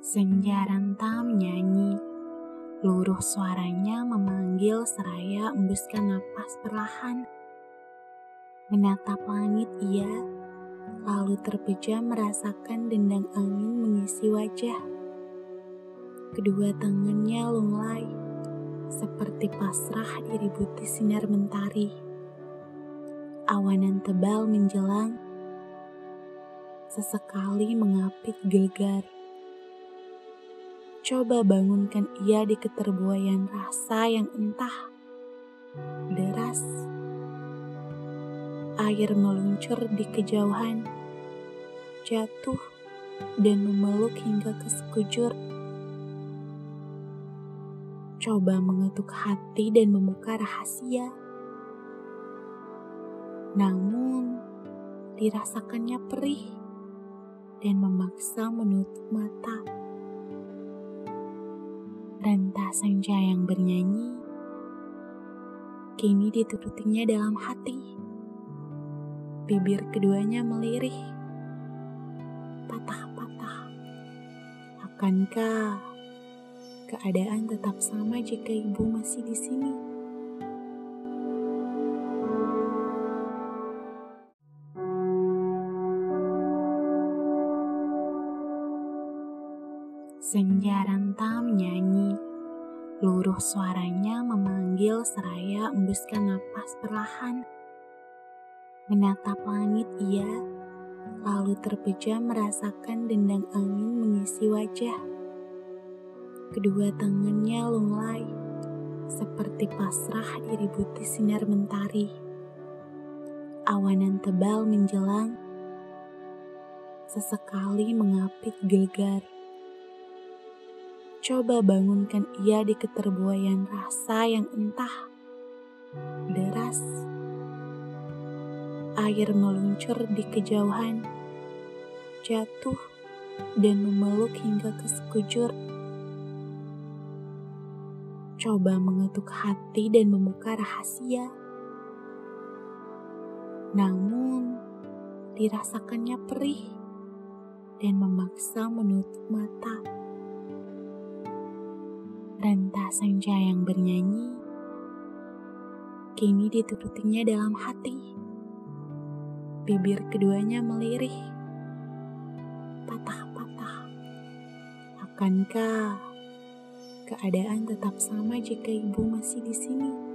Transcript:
Senja ranta menyanyi, luruh suaranya memanggil seraya embuskan napas perlahan. Menatap langit ia, lalu terpejam merasakan dendang angin mengisi wajah. Kedua tangannya lunglai, seperti pasrah diributi sinar mentari. Awanan tebal menjelang, sesekali mengapit gelegar. Coba bangunkan ia di keterbuaian rasa yang entah deras. Air meluncur di kejauhan, jatuh dan memeluk hingga ke sekujur. Coba mengetuk hati dan membuka rahasia. Namun, dirasakannya perih dan memaksa menutup mata. Ranta senja yang bernyanyi, kini diturutinya dalam hati. Bibir keduanya melirih, patah-patah. Akankah keadaan tetap sama jika ibu masih di sini? Senja ranta menyanyi, luruh suaranya memanggil seraya embuskan napas perlahan. Menatap langit ia, lalu terpejam merasakan dendang angin mengisi wajah. Kedua tangannya lunglai, seperti pasrah diributi sinar mentari. Awanan tebal menjelang, sesekali mengapit gelegar. Coba bangunkan ia di keterbuaian rasa yang entah deras. Air meluncur di kejauhan, jatuh dan memeluk hingga ke sekujur. Coba mengetuk hati dan membuka rahasia. Namun, dirasakannya perih dan memaksa menutup mata. Ranta senja yang bernyanyi, kini diturutinya dalam hati. Bibir keduanya melirih, patah-patah. Akankah keadaan tetap sama jika ibu masih di sini?